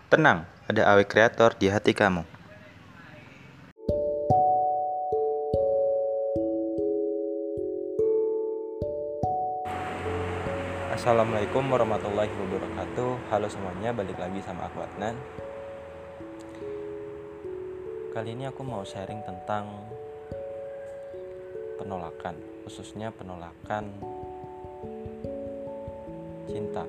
Tenang, ada AW Kreator di hati kamu. Assalamualaikum warahmatullahi wabarakatuh. Halo semuanya, balik lagi sama aku Adnan. Kali ini aku mau sharing tentang penolakan, khususnya penolakan cinta.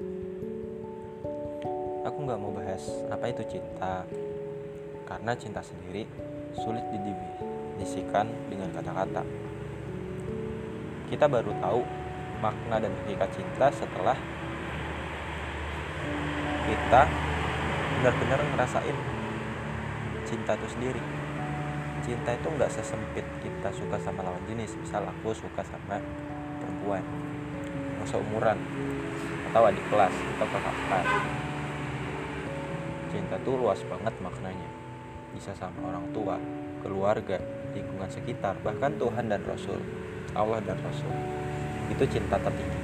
Aku gak mau bahas apa itu cinta, karena cinta sendiri sulit didefinisikan dengan kata-kata. Kita baru tahu makna dan hakikat cinta setelah kita benar-benar ngerasain cinta itu sendiri. Cinta itu gak sesempit kita suka sama lawan jenis. Misal aku suka sama perempuan yang seumuran, atau adik kelas, atau kakak kelas. Cinta tuh luas banget maknanya. Bisa sama orang tua, keluarga, lingkungan sekitar, bahkan Tuhan dan Rasul, Allah dan Rasul. Itu cinta tertinggi.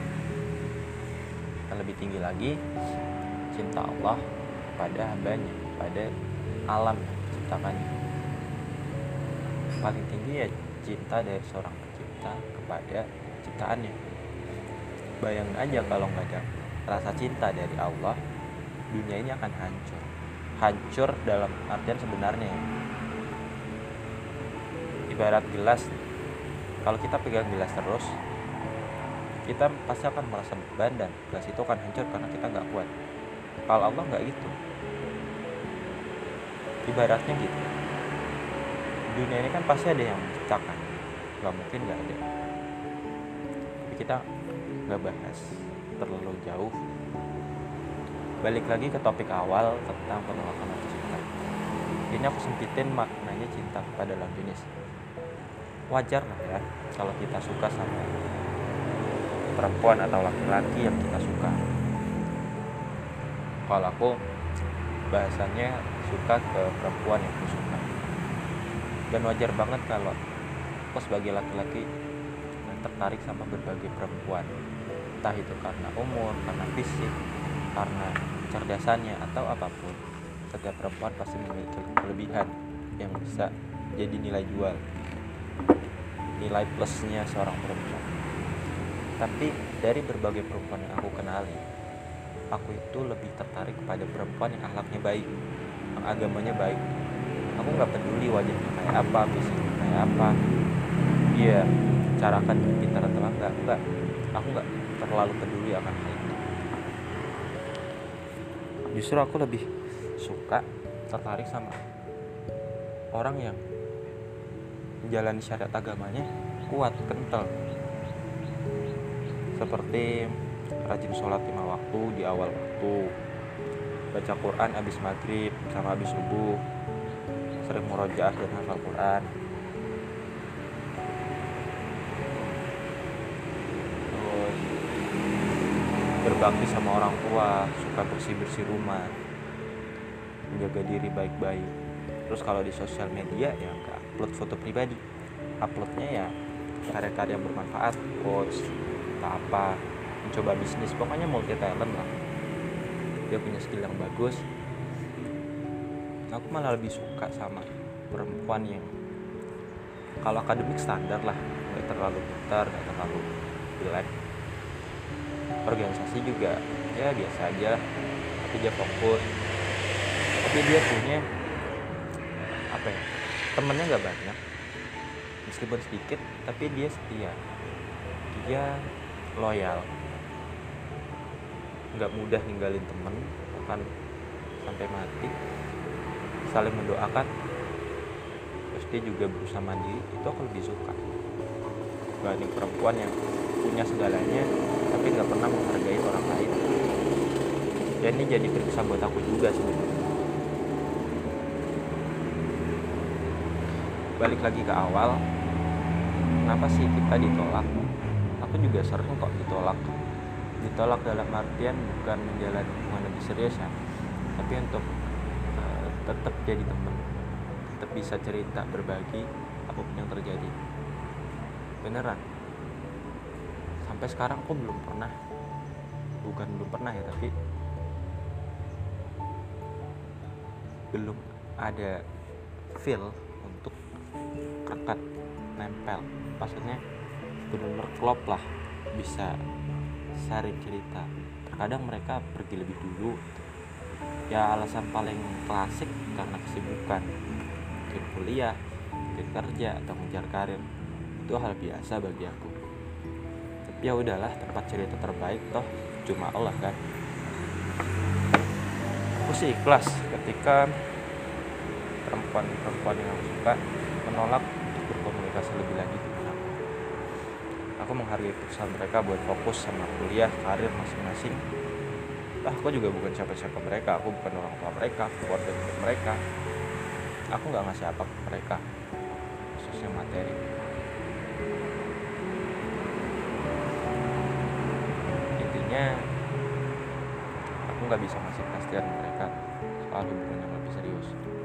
Dan lebih tinggi lagi, cinta Allah pada hambanya, pada alam yang diciptakannya. Paling tinggi ya cinta dari seorang pencipta kepada ciptaannya. Bayangin aja kalau gak ada rasa cinta dari Allah, dunia ini akan hancur. Hancur dalam artian sebenarnya. Ibarat gelas, kalau kita pegang gelas terus, kita pasti akan merasa beban dan gelas itu akan hancur karena kita gak kuat. Kalau Allah gak gitu. Ibaratnya gitu, dunia ini kan pasti ada yang menciptakan, gak mungkin gak ada. Tapi kita gak bahas terlalu jauh. Balik lagi ke topik awal tentang penolakan cinta. Ini aku sempitin maknanya cinta kepada lawan jenis. Wajar lah ya kalau kita suka sama perempuan atau laki-laki yang kita suka. Kalau aku bahasannya suka ke perempuan yang aku suka. Dan wajar banget kalau aku sebagai laki-laki tertarik sama berbagai perempuan. Entah itu karena umur, karena fisik, karena cerdasannya, atau apapun. Setiap perempuan pasti memiliki kelebihan yang bisa jadi nilai jual, nilai plusnya seorang perempuan. Tapi dari berbagai perempuan yang aku kenali, aku itu lebih tertarik kepada perempuan yang akhlaknya baik, yang agamanya baik. Aku gak peduli wajahnya kayak apa, fisiknya kayak apa, dia cara akan pintar atau enggak. Aku gak terlalu peduli akan hal itu. Justru aku lebih suka tertarik sama orang yang menjalani syariat agamanya kuat, kental. Seperti rajin sholat 5 waktu di awal waktu, baca Quran abis maghrib sama abis subuh, sering murojaah dan hafal Quran. Terus berbakti sama orang tua, suka bersih-bersih rumah, menjaga diri baik-baik. Terus kalau di sosial media ya nggak upload foto pribadi, uploadnya ya karya-karya bermanfaat, quotes atau apa, mencoba bisnis, pokoknya multi talent lah. Dia punya skill yang bagus. Aku malah lebih suka sama perempuan yang kalau akademik standar lah, nggak terlalu pintar, nggak terlalu jelek. Organisasi juga ya biasa aja, tapi dia fokus. Tapi dia punya apa ya, temennya nggak banyak, meskipun sedikit, tapi dia setia, dia loyal, nggak mudah ninggalin temen, bahkan sampai mati, saling mendoakan. Terus dia juga berusaha mandiri. Itu aku lebih suka dibanding perempuan yang punya segalanya tapi nggak pernah menghargai orang lain. Dan ini jadi berkesan buat aku juga sebenarnya. Balik lagi ke awal, kenapa sih kita ditolak? Aku juga sering kok ditolak dalam artian bukan menjalani hubungan lebih serius ya, tapi untuk tetap jadi teman, tetap bisa cerita, berbagi apapun yang terjadi. Beneran, sampai sekarang aku belum pernah ya, tapi belum ada feel untuk rekat nempel, maksudnya benar-benar klop lah, bisa sharing cerita. Terkadang mereka pergi lebih dulu, ya alasan paling klasik karena kesibukan, mungkin kuliah, mungkin kerja, atau mengejar karir. Itu hal biasa bagi aku. Tapi ya udahlah, tempat cerita terbaik toh cuma Allah kan. Aku sih ikhlas ketika perempuan yang aku suka menolak untuk berkomunikasi lebih lanjut dengan aku. Aku menghargai keputusan mereka buat fokus sama kuliah, karir masing-masing. Aku juga bukan siapa-siapa mereka, aku bukan orang tua mereka, keluarga mereka. Aku nggak ngasih apa ke mereka, khususnya materi. Intinya, aku nggak bisa ngasih kepastian mereka soal hubungan yang lebih serius.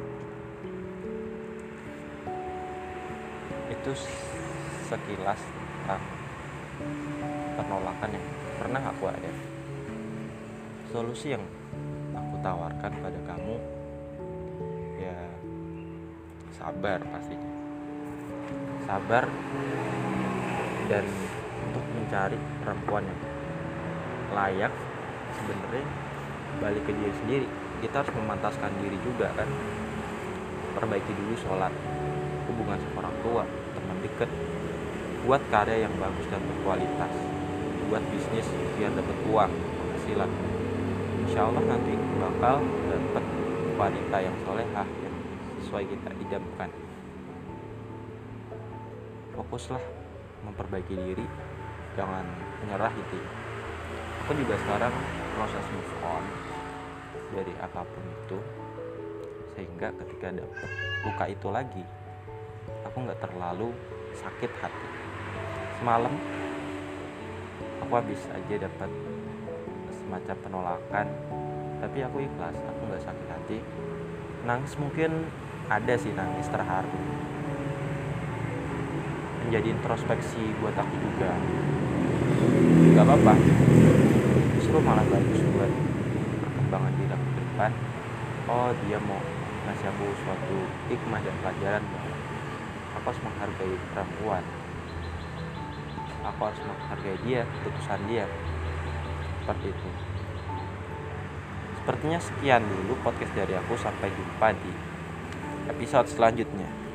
Itu sekilas tentang penolakan yang pernah aku ada. Solusi yang aku tawarkan pada kamu, ya sabar pastinya. Sabar dan untuk mencari perempuan yang layak, sebenarnya balik ke diri sendiri. Kita harus memantaskan diri juga kan. Perbaiki dulu sholat, hubungan sama orang tua, teman dekat, buat karya yang bagus dan berkualitas, buat bisnis biar dapat uang, penghasilan. Insya Allah nanti bakal dapat wanita yang solehah yang sesuai kita idamkan. Fokuslah memperbaiki diri, jangan menyerah itu. Aku juga sekarang proses move on dari apapun itu, sehingga ketika dapat luka itu lagi, aku nggak terlalu sakit hati. Semalam aku habis aja dapat semacam penolakan, tapi aku ikhlas, aku nggak sakit hati. Nangis mungkin ada sih, nangis terharu, menjadi introspeksi buat aku juga. Gak apa-apa, justru malah bagus buat perkembangan diri aku ke depan. Oh, dia mau ngasih aku suatu hikmah dan pelajaran bahwa aku harus menghargai perempuan, aku harus menghargai dia, keputusan dia. Seperti itu. Sepertinya sekian dulu podcast dari aku. Sampai jumpa di episode selanjutnya.